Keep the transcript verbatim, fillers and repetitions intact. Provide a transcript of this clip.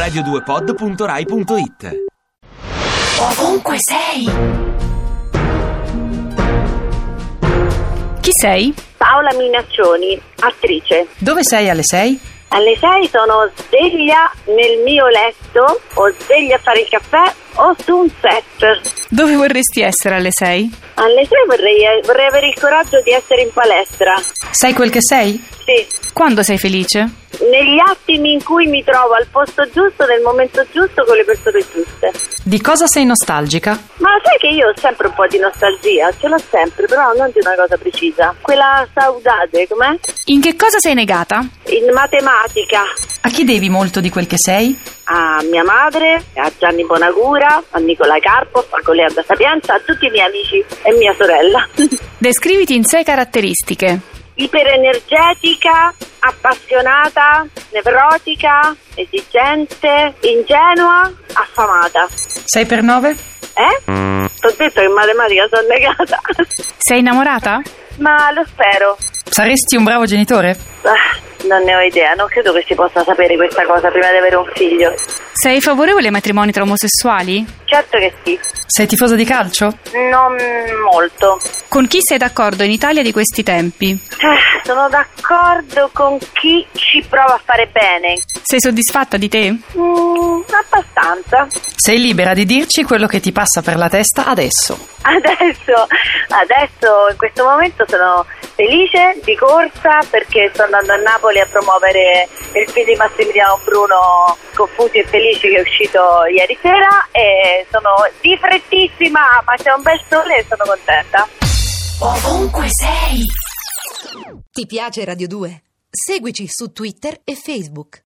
radio due pod punto rai punto it. Ovunque sei. Chi sei? Paola Minaccioni, attrice. Dove sei alle sei? Alle sei sono sveglia nel mio letto, o sveglia a fare il caffè, o su un set. Dove vorresti essere alle sei? Alle sei vorrei, vorrei avere il coraggio di essere in palestra. Sai quel che sei? Sì. Quando sei felice? Negli attimi in cui mi trovo al posto giusto, nel momento giusto, con le persone giuste. Di cosa sei nostalgica? Ma sai che io ho sempre un po' di nostalgia, ce l'ho sempre, però non di una cosa precisa. Quella saudade, com'è? In che cosa sei negata? In matematica. A chi devi molto di quel che sei? A mia madre, a Gianni Bonagura, a Nicolai Carpo, a Coleanda Sapienza, a tutti i miei amici e mia sorella. Descriviti in sei caratteristiche. Iperenergetica, appassionata, nevrotica, esigente, ingenua, affamata. sei per nove? Eh? T'ho detto che in matematica sono negata. Sei innamorata? Ma lo spero. Saresti un bravo genitore? Ah, non ne ho idea, non credo che si possa sapere questa cosa prima di avere un figlio. Sei favorevole ai matrimoni tra omosessuali? Certo che sì. Sei tifosa di calcio? Non molto. Con chi sei d'accordo in Italia di questi tempi? Eh, sono d'accordo con chi ci prova a fare bene. Sei soddisfatta di te? Mm, abbastanza. Sei libera di dirci quello che ti passa per la testa adesso. Adesso, adesso in questo momento sono felice di corsa perché sto andando a Napoli a promuovere il film di Massimiliano Bruno, Confusi e Felici, che è uscito ieri sera, e sono di frettissima, ma c'è un bel sole e sono contenta. Ovunque sei. Ti piace Radio due? Seguici su Twitter e Facebook.